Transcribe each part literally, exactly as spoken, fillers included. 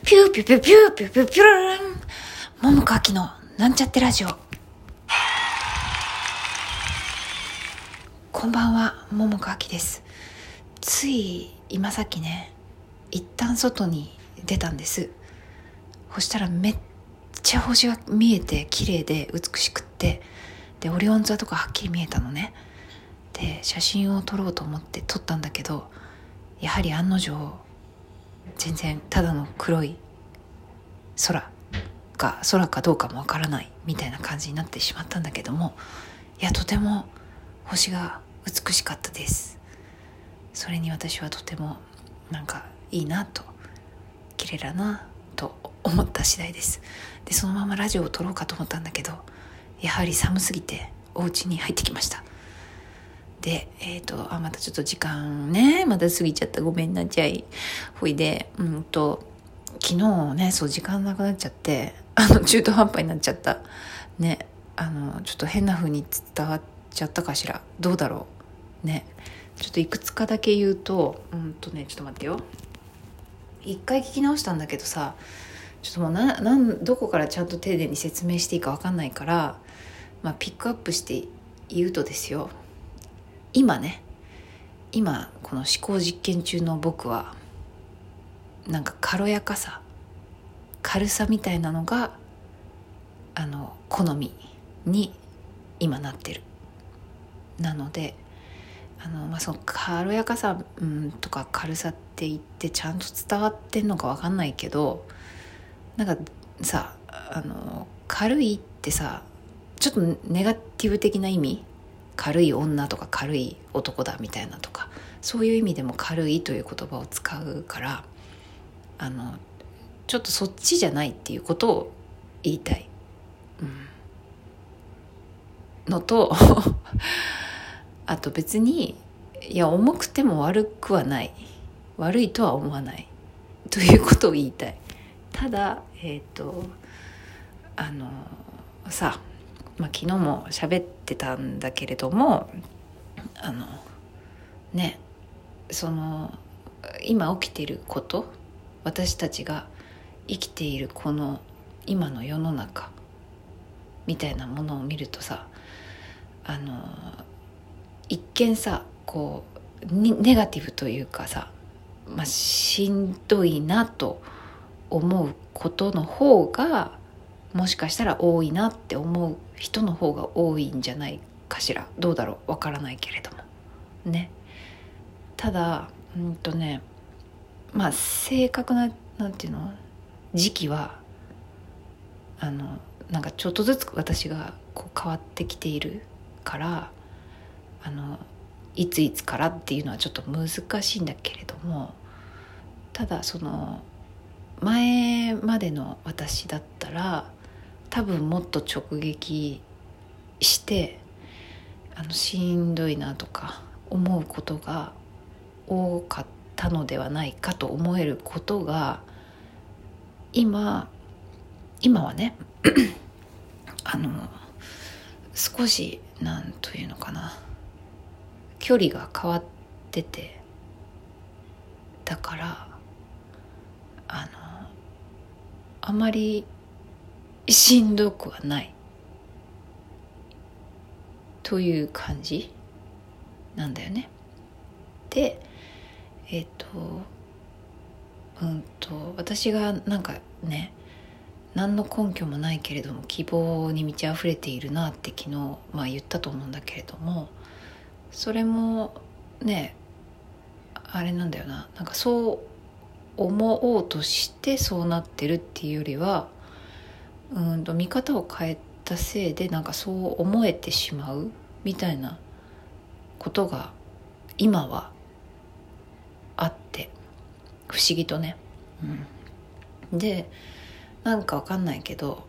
ピューピューピューピューピューピューピューラン桃川きのなんちゃってラジオ。こんばんは、桃川きです。つい今さっきね、一旦外に出たんです。そしたらめっちゃ星が見えて綺麗で美しくって、でオリオン座とかはっきり見えたのね。で写真を撮ろうと思って撮ったんだけど、やはり案の定全然ただの黒い空か空かどうかもわからないみたいな感じになってしまったんだけども、いやとても星が美しかったです。それに私はとてもなんかいいなと、綺麗だなと思った次第です。でそのままラジオを撮ろうかと思ったんだけど、やはり寒すぎてお家に入ってきました。でえっ、ー、とあまたちょっと時間ねまた過ぎちゃった、ごめんなさい。ほいでうんと昨日ねそう時間なくなっちゃって、あの中途半端になっちゃったね。あのちょっと変な風に伝わっちゃったかしら、どうだろうね。ちょっといくつかだけ言うと、うんとねちょっと待ってよ。一回聞き直したんだけどさ、ちょっともうななんどこからちゃんと丁寧に説明していいか分かんないから、まあ、ピックアップして言うとですよ、今ね今この思考実験中の僕はなんか軽やかさ軽さみたいなのがあの好みに今なってる。なのであの、まあ、その軽やかさ、うん、とか軽さって言ってちゃんと伝わってんのか分かんないけど、なんかさあの軽いってさちょっとネガティブ的な意味、軽い女とか軽い男だみたいなとか、そういう意味でも軽いという言葉を使うから、あのちょっとそっちじゃないっていうことを言いたい、うん、のとあと別にいや重くても悪くはない、悪いとは思わないということを言いたい。ただえっ、ー、とあのさまあ、昨日も喋ってたんだけれども、あのねその今起きていること、私たちが生きているこの今の世の中みたいなものを見るとさ、あの一見さこうネガティブというかさ、まあ、しんどいなと思うことの方がもしかしたら多いなって思う人の方が多いんじゃないかしら。どうだろう、わからないけれどもね。ただうんとねまあ正確ななんていうの時期はあのなんかちょっとずつ私がこう変わってきているから、あのいついつからっていうのはちょっと難しいんだけれども、ただその前までの私だったら多分もっと直撃してあのしんどいなとか思うことが多かったのではないかと思えることが今今はねあの少しなんというのかな、距離が変わってて、だからあのあまりしんどくはないという感じなんだよね。でえっ、とうんと私がなんかね何の根拠もないけれども希望に満ち溢れているなって昨日、まあ、言ったと思うんだけれども、それもねあれなんだよな、なんかそう思おうとしてそうなってるっていうよりは、うんと見方を変えたせいでなんかそう思えてしまうみたいなことが今はあって不思議とね、うん、でなんかわかんないけど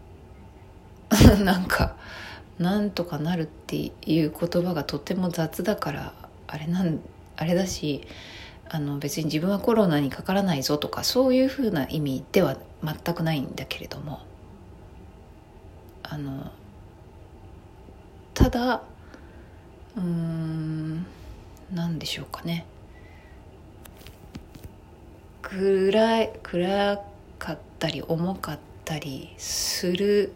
なんかなんとかなるっていう言葉がとても雑だからあれなんあれだし、あの別に自分はコロナにかからないぞとかそういう風な意味では全くないんだけれども、あのただうーんなんでしょうかね、暗い暗かったり重かったりする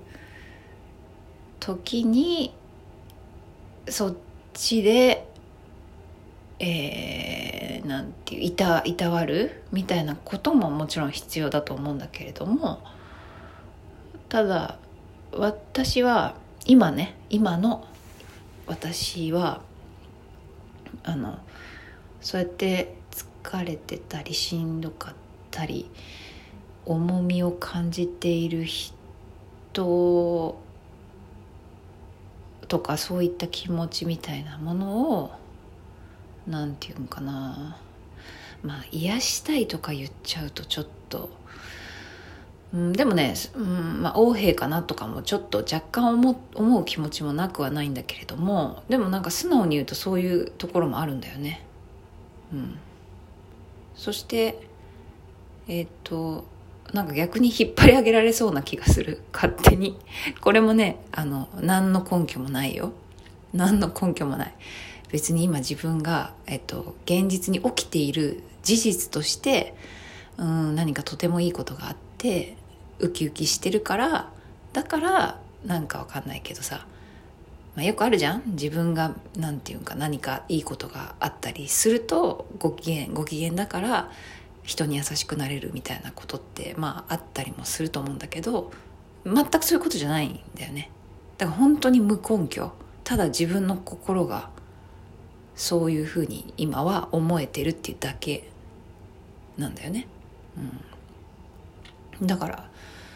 時にそっちで、えー、なんていういたいたわるみたいなことももちろん必要だと思うんだけれども、ただ私は今ね今の私はあのそうやって疲れてたりしんどかったり重みを感じている人とかそういった気持ちみたいなものをなんていうのかな、まあ癒したいとか言っちゃうとちょっと、うん、でもね、うんまあ、横柄かなとかもちょっと若干思思う気持ちもなくはないんだけれども、でもなんか素直に言うとそういうところもあるんだよね。うん、そしてえっとなんか逆に引っ張り上げられそうな気がする、勝手に。これもねあの何の根拠もないよ、何の根拠もない。別に今自分が、えっと、現実に起きている事実として、うん、何かとてもいいことがあってウキウキしてるから、だからなんかわかんないけどさ、まあ、よくあるじゃん、自分がなんていうか何かいいことがあったりするとご機嫌ご機嫌だから人に優しくなれるみたいなことってまああったりもすると思うんだけど、全くそういうことじゃないんだよね。だから本当に無根拠、ただ自分の心がそういうふうに今は思えてるっていうだけなんだよね。うん、だから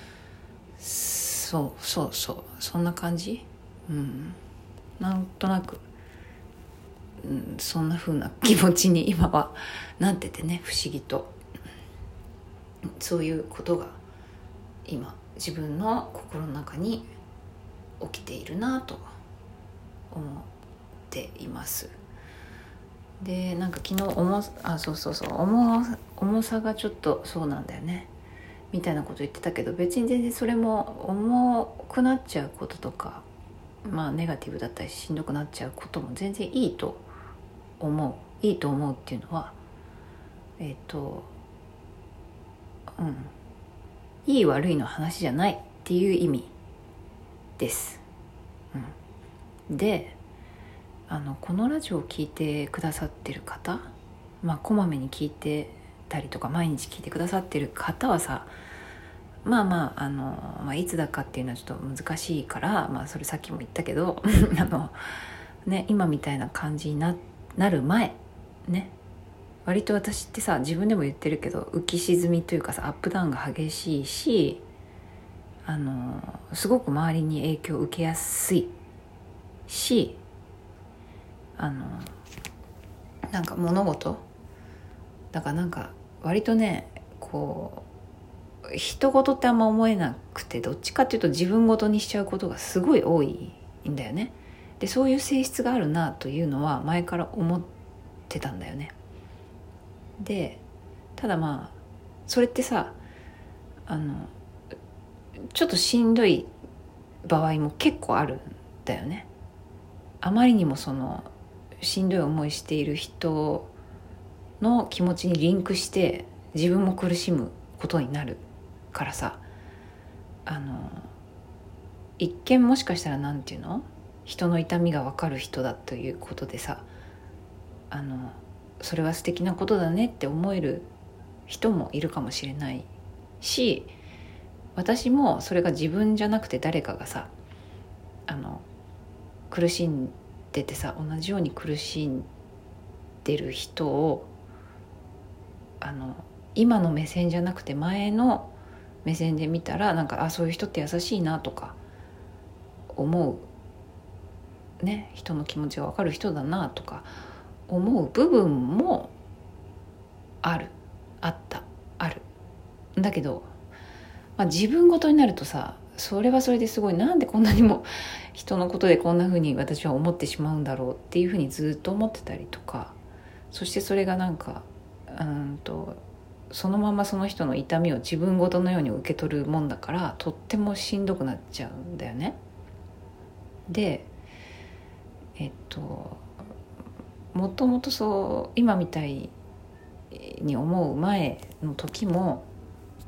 そうそうそうそんな感じ。うん、なんとなく、うん、そんな風な気持ちに今はなっててね、不思議とそういうことが今自分の心の中に起きているなと思っています。でなんか昨日重あそうそうそう重重さがちょっとそうなんだよねみたいなこと言ってたけど、別に全然それも重くなっちゃうこととか、まあネガティブだったりしんどくなっちゃうことも全然いいと思う。いいと思うっていうのはえっとうんいい悪いの話じゃないっていう意味です。うん、であのこのラジオを聞いてくださってる方、まあこまめに聞いてたりとか毎日聞いてくださってる方はさ、まあまああの、まあ、いつだかっていうのはちょっと難しいから、まあそれさっきも言ったけどあのね今みたいな感じに な, なる前ね、割と私ってさ自分でも言ってるけど浮き沈みというかさアップダウンが激しいし、あのすごく周りに影響を受けやすいし、あのなんか物事だからなんか割とねこう人事ってあんま思えなくて、どっちかっていうと自分事にしちゃうことがすごい多いんだよね。でそういう性質があるなというのは前から思ってたんだよね。でただまあそれってさあのちょっとしんどい場合も結構あるんだよね。あまりにもそのしんどい思いしている人の気持ちにリンクして自分も苦しむことになるからさ、あの一見もしかしたらなんていうの人の痛みが分かる人だということでさ、あのそれは素敵なことだねって思える人もいるかもしれないし、私もそれが自分じゃなくて誰かがさあの苦しんでてさ同じように苦しんでる人をあの今の目線じゃなくて前の目線で見たらなんかあそういう人って優しいなとか思うね、人の気持ちが分かる人だなとか思う部分もあるあったあるんだけど、まあ、自分ごとになるとさそれはそれですごいなんでこんなにも人のことでこんな風に私は思ってしまうんだろうっていう風にずっと思ってたりとか、そしてそれがなんかうんとそのままその人の痛みを自分ごとのように受け取るもんだからとってもしんどくなっちゃうんだよね。でえっともともとそう今みたいに思う前の時も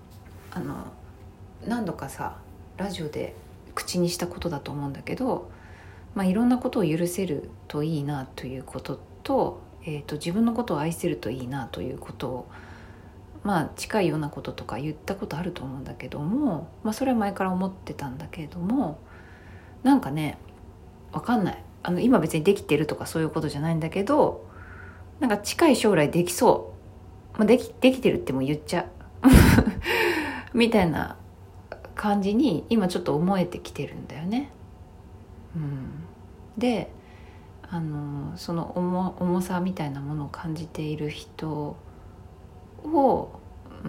あの何度かさラジオで口にしたことだと思うんだけど、まあ、いろんなことを許せるといいなということと、えーと、自分のことを愛せるといいなということを、まあ近いようなこととか言ったことあると思うんだけども、まあ、それは前から思ってたんだけれども、なんかねわかんない、あの今別にできてるとかそういうことじゃないんだけど、なんか近い将来できそう、まあ、でき、できてるっても言っちゃうみたいな感じに今ちょっと思えてきてるんだよね。うん、であのその 重, 重さみたいなものを感じている人を、うん、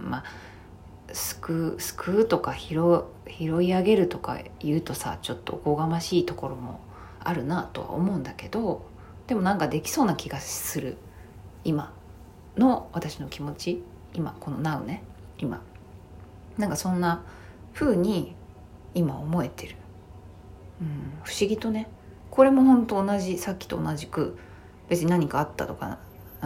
まあ救う救うとか拾拾い上げるとか言うとさ、ちょっとおこがましいところもあるなとは思うんだけど、でもなんかできそうな気がする、今の私の気持ち、今この Now ね、今なんかそんな風に今思えてる、うん、不思議とね。これも本当同じ、さっきと同じく別に何かあったとか、うん、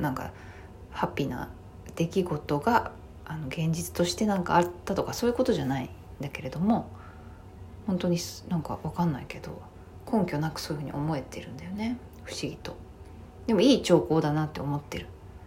なんかハッピーな出来事があの現実としてなんかあったとかそういうことじゃないんだけれども、本当になんか分かんないけど根拠なくそういうふうに思えてるんだよね、不思議と。でもいい兆候だなって思ってる、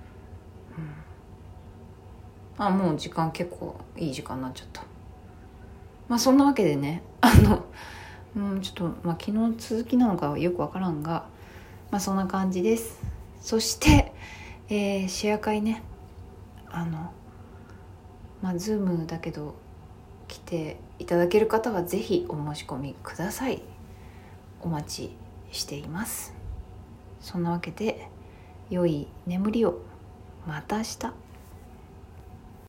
うん、あもう時間結構いい時間になっちゃった。まあそんなわけでね、あのうん、ちょっと、まあ、昨日続きなのかはよくわからんが、まあそんな感じです。そして、えー、シェア会ね、あのまあズームだけど来ていただける方はぜひお申し込みください。お待ちしています。そんなわけで良い眠りを。また明日。